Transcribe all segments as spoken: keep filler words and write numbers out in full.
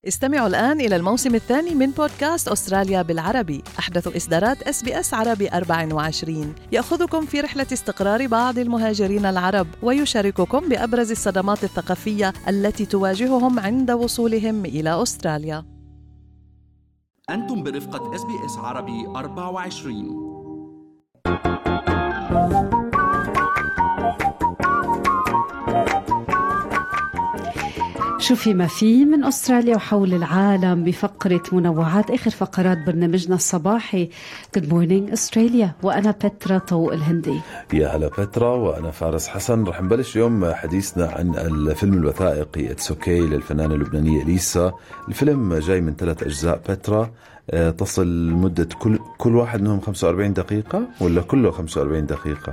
استمعوا الآن إلى الموسم الثاني من بودكاست أستراليا بالعربي، أحدث إصدارات إس بي إس عربي أربعة وعشرين، يأخذكم في رحلة استقرار بعض المهاجرين العرب ويشارككم بأبرز الصدمات الثقافية التي تواجههم عند وصولهم إلى أستراليا. أنتم برفقة إس بي إس عربي أربعة وعشرين. شوفي ما في من أستراليا وحول العالم بفقرة منوعات آخر فقرات برنامجنا الصباحي Good Morning Australia، وأنا بترا طوق الهندي. يا هلا بترا، وأنا فارس حسن. رح نبلش اليوم حديثنا عن الفيلم الوثائقي It's Okay للفنانة اللبنانية إليسا. الفيلم جاي من ثلاث أجزاء بترا، تصل مدة كل كل واحد منهم خمسة وأربعين دقيقة ولا كله خمسة وأربعين دقيقة؟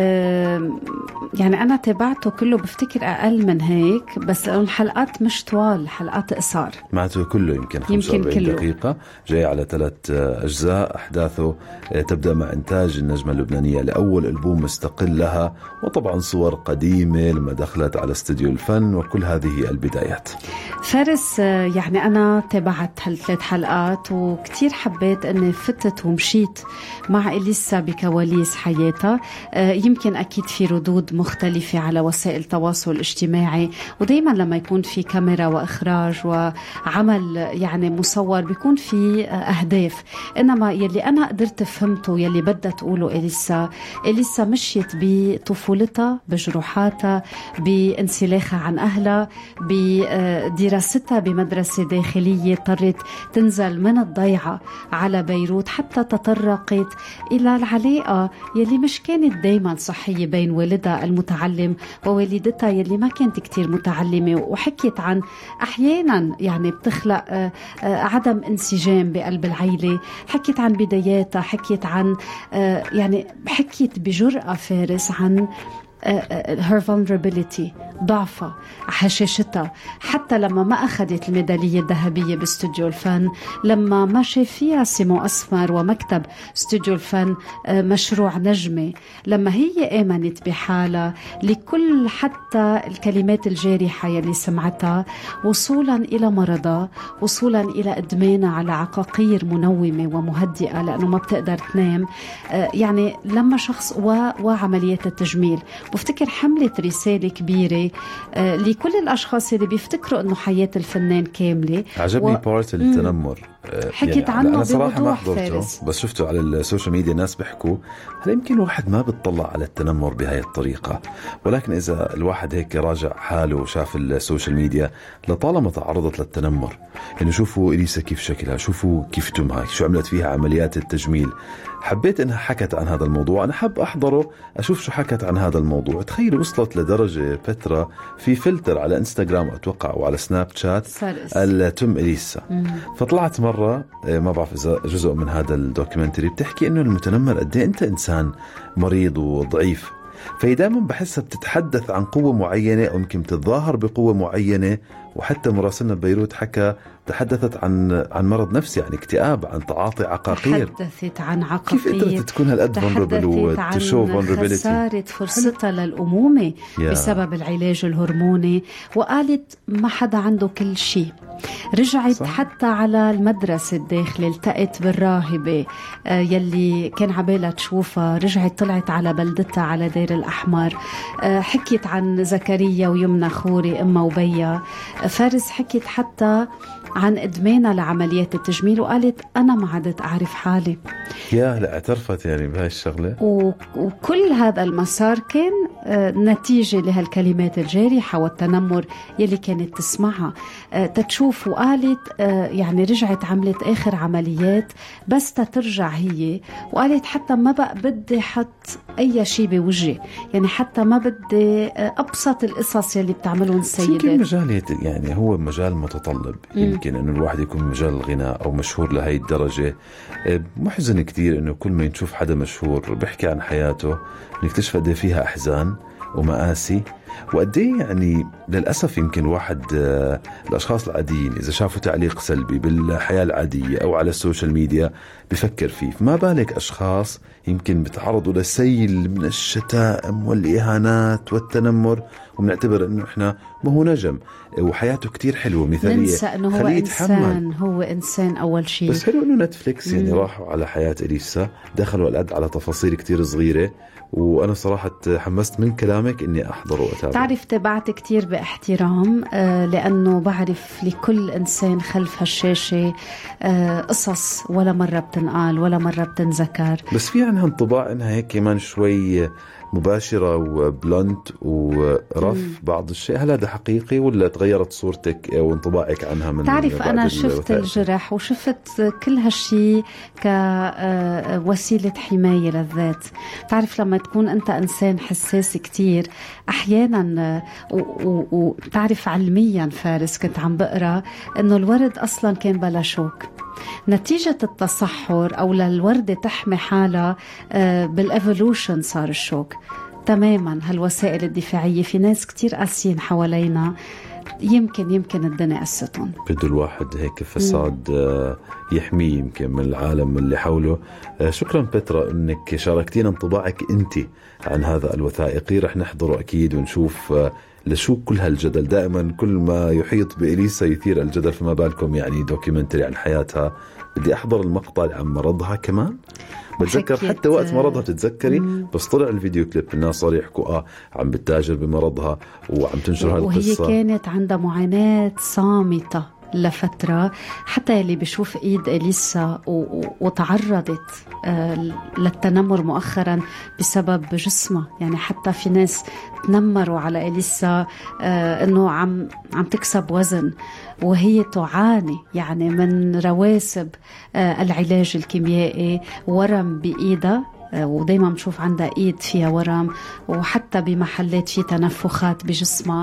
أه يعني أنا تابعته كله، بفتكر أقل من هيك، بس الحلقات مش طوال، حلقات قصار. معناته كله يمكن خمسة وأربعين دقيقة، جاي على ثلاث أجزاء. أحداثه تبدأ مع إنتاج النجمة اللبنانية لأول ألبوم مستقل لها، وطبعا صور قديمة لما دخلت على استوديو الفن، وكل هذه البدايات. فارس، يعني أنا تابعت هالثلاث حلقات وكتير حبيت أني فتت ومشيت مع إليسا بكواليس حياتها. يمكن أكيد في ردود مختلفة على وسائل التواصل الاجتماعي، ودايما لما يكون في كاميرا وإخراج وعمل يعني مصور بيكون في أهداف. إنما يلي أنا قدرت فهمته يلي بدها تقوله إليسا، إليسا مشيت بطفولتها، بجروحاتها، بانسلاخها عن أهلها، بدراستها بمدرسة داخلية، اضطرت تنزل من الضيعة على بيروت حتى تطرقت إلى العلاقة يلي مش كانت دايما صحية بين والدها المتعلم ووالدتها يلي ما كانت كتير متعلمة، وحكيت عن أحيانا يعني بتخلق عدم انسجام بقلب العيلة. حكيت عن بداياتها، حكيت عن يعني حكيت بجرأة فارس عن her vulnerability، ضعفها، هشاشتها، حتى لما ما أخذت الميدالية الذهبية باستوديو الفن، لما ما شاف فيها سمو أسمر ومكتب استوديو الفن مشروع نجمة، لما هي آمنت بحالها لكل حتى الكلمات الجارحة يلي سمعتها، وصولا إلى مرضها، وصولا إلى إدمانها على عقاقير منومة ومهدئة لأنه ما بتقدر تنام، يعني لما شخص وعمليات التجميل. بفتكر حملت رسالة كبيرة آه لكل الأشخاص اللي بيفتكروا أنه حياة الفنان كاملة. عجبني و... بارت التنمر، آه حكيت يعني عنه أنا صراحة ما حضرته فارس. بس شفته على السوشيال ميديا ناس بيحكوا هل يمكن الواحد ما بتطلع على التنمر بهاي الطريقة، ولكن إذا الواحد هيك راجع حاله وشاف السوشيال ميديا لطالما تعرضت للتنمر، يعني شوفوا إليسا كيف شكلها، شوفوا كيف تمها، شو عملت فيها عمليات التجميل. حبيت انها حكت عن هذا الموضوع، انا حب احضره اشوف شو حكت عن هذا الموضوع. تخيل وصلت لدرجة بترا في فلتر على انستغرام اتوقع وعلى سناب شات التم إليسا. فطلعت مرة ما بعرف اذا جزء من هذا الدوكيومنتري بتحكي انه المتنمر قد ايه انت انسان مريض وضعيف، فهي دائما بحسها بتتحدث عن قوة معينة أو يمكن تتظاهر بقوة معينة. وحتى مراسلنا ببيروت حكى تحدثت عن عن مرض نفسي، يعني اكتئاب، عن تعاطي عقاقير. تحدثت عن عقاقير، كيف قدرت تكون هالقد vulnerable وتشو vulnerability؟ خسارة فرصتها للأمومة بسبب العلاج الهرموني، وقالت ما حدا عنده كل شيء. رجعت صح. حتى على المدرسة الداخلة، التقت بالراهبة آه يلي كان عبالها تشوفها، رجعت طلعت على بلدتها على دير الأحمر، آه حكيت عن زكريا ويمنى خوري أمها وبيها. فارس حكيت حتى عن إدمانها لعمليات التجميل، وقالت أنا ما عدت أعرف حالي. يا لا اعترفت يعني بهاي الشغلة. وكل هذا المسار كان نتيجة لهالكلمات الجارحة والتنمر يلي كانت تسمعها تتشوف. وقالت يعني رجعت عملت آخر عمليات بس تترجع هي، وقالت حتى ما بقى بدي حط أي شيء بوجهي، يعني حتى ما بدي أبسط القصص يلي بتعملون السيدات. يمكن مجال يعني هو مجال متطلب، يمكن إنه الواحد يكون مجال الغناء أو مشهور لهي الدرجة. محزن كتير إنه كل ما نشوف حدا مشهور بيحكي عن حياته نكتشف قد فيها أحزان ومآسي، وقد ايه يعني للأسف يمكن واحد الأشخاص العاديين إذا شافوا تعليق سلبي بالحياة العادية أو على السوشيال ميديا بفكر فيه، فما بالك أشخاص يمكن بتعرضوا لسيل من الشتائم والإهانات والتنمر وبنعتبر إنه إحنا ما هو نجم وحياته كتير حلوة مثالية، ننسى إنه هو إنسان، هو إنسان أول شيء. بس حلو إنه نتفليكس يعني راحوا على حياة إليسا، دخلوا الأد على تفاصيل كتير صغيرة، وأنا صراحة حمست من كلامك إني أحضر وأتابع. تعرف تابعت كتير باحترام آه لأنه بعرف لكل إنسان خلف هالشاشة آه قصص ولا مرة بتنقال ولا مرة بتنذكر، بس في عنها انطباع إنها هيك كمان شوي مباشرة وبلونت ورف مم. بعض الشيء. هل هذا حقيقي ولا تغيرت صورتك وانطباعك عنها من تعرف أنا شفت الجرح وشفت كل هالشيء كوسيلة حماية للذات. تعرف لما تكون أنت إنسان حساس كتير أحيانا، وتعرف علميا فارس كنت عم بقرأ أنه الورد أصلا كان بلا شوك نتيجة التصحر أو للوردة تحمي حالها بالإيفولوشن صار الشوك تماما. هالوسائل الدفاعية في ناس كتير قاسيين حوالينا يمكن يمكن الدنيا قستهم. بده الواحد هيك فساد مم. يحميه يمكن من العالم اللي حوله. شكرا بترا انك شاركتينا انطباعك انت عن هذا الوثائقي، رح نحضره اكيد ونشوف لشو كل هالجدل. دائما كل ما يحيط بإليسا يثير الجدل، فما بالكم يعني دوكيومنتري عن حياتها. بدي أحضر المقطع عن مرضها كمان، بتذكر حتى وقت مرضها بتتذكري مم. بس طلع الفيديو كليب الناس صار يحكوا آه عم بتتاجر بمرضها وعم تنشر هالقصة، وهي كانت عندها معاناة صامتة لفترة، حتى اللي بيشوف إيد إليسا وتعرضت للتنمر مؤخرا بسبب جسمها. يعني حتى في ناس تنمروا على إليسا أنه عم عم تكسب وزن وهي تعاني يعني من رواسب العلاج الكيميائي، ورم بإيدها ودايما بنشوف عندها ايد فيها ورم، وحتى بمحلات في تنفخات بجسمها.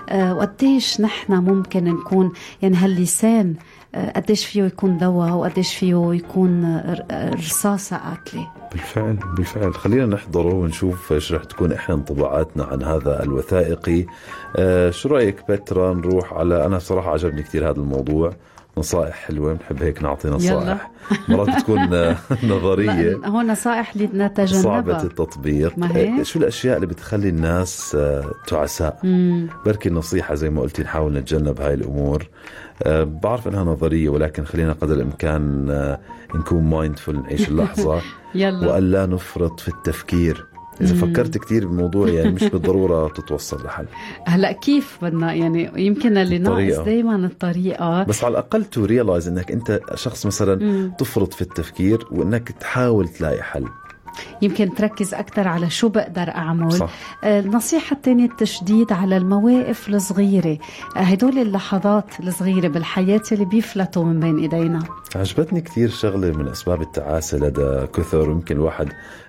وقديش نحن ممكن نكون يعني هاللسان قديش فيه يكون دواء وقديش فيه يكون رصاصة قاتلة. بالفعل بالفعل خلينا نحضره ونشوف ايش رح تكون احنا انطباعاتنا عن هذا الوثائقي. آه شو رأيك بترا نروح على، انا صراحة عجبني كتير هذا الموضوع، نصائح حلوة، بنحب هيك نعطي نصائح مرات تكون نظرية، هو نصائح لنتجنبها صعبة التطبيق. شو الأشياء اللي بتخلي الناس تعساء؟ بركي النصيحة زي ما قلتي نحاول نتجنب هاي الأمور. أه بعرف أنها نظرية ولكن خلينا قدر الإمكان أه نكون مايندفول، نعيش اللحظة وألا نفرط في التفكير. إذا مم. فكرت كتير بالموضوع يعني مش بالضرورة تتوصل لحل. هلأ كيف بدنا يعني يمكن اللي ناقص دايما الطريقة، بس على الأقل تو ريلايز إنك أنت شخص مثلا مم. تفرط في التفكير وإنك تحاول تلاقي حل. يمكن تركز أكتر على شو بقدر أعمل. صح. النصيحة الثانية التشديد على المواقف الصغيرة، هدول اللحظات الصغيرة بالحياة اللي بيفلتوا من بين إيدينا. عجبتني كتير شغلة من أسباب التعاسة لدى كثر، يمكن الواحد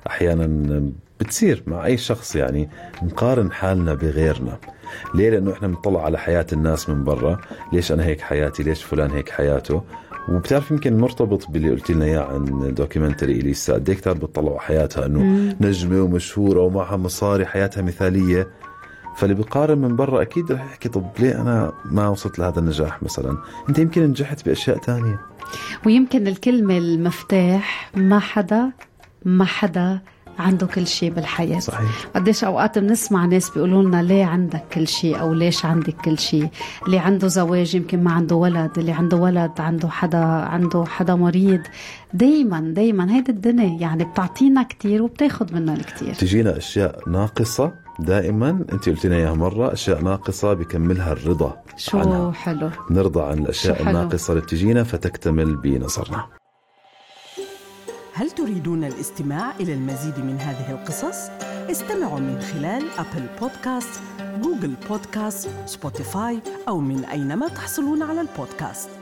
أحيانا بتصير مع أي شخص يعني نقارن حالنا بغيرنا. ليه؟ لأنه إحنا بنطلع على حياة الناس من برا، ليش أنا هيك حياتي، ليش فلان هيك حياته. وبتعرف يمكن مرتبط باللي قلت لنا إياه عن دوكيومنتري إليسا، قد إيه كتار بتطلعوا حياتها إنه مم. نجمة ومشهورة ومعها مصاري، حياتها مثالية. فاللي بيقارن من برا أكيد رح يحكي طب ليه أنا ما وصلت لهذا النجاح مثلا؟ أنت يمكن نجحت بأشياء تانية. ويمكن الكلمة المفتاح ما حدا ما حدا عنده كل شيء بالحياة. صحيح. قديش أوقات بنسمع ناس بيقولوا لنا ليه عندك كل شيء أو ليش عندك كل شيء. اللي عنده زواج يمكن ما عنده ولد، اللي عنده ولد عنده حدا عنده حدا مريض. دايما دايما هيدا الدنيا يعني بتعطينا كتير وبتاخد منا الكتير. تجينا أشياء ناقصة دائما، أنت قلت لنا إياها مرة، أشياء ناقصة بيكملها الرضا. شو عنها. حلو. نرضى عن الأشياء الناقصة اللي بتجينا فتكتمل بنظرنا. هل تريدون الاستماع إلى المزيد من هذه القصص؟ استمعوا من خلال أبل بودكاست، جوجل بودكاست، سبوتيفاي أو من أينما تحصلون على البودكاست.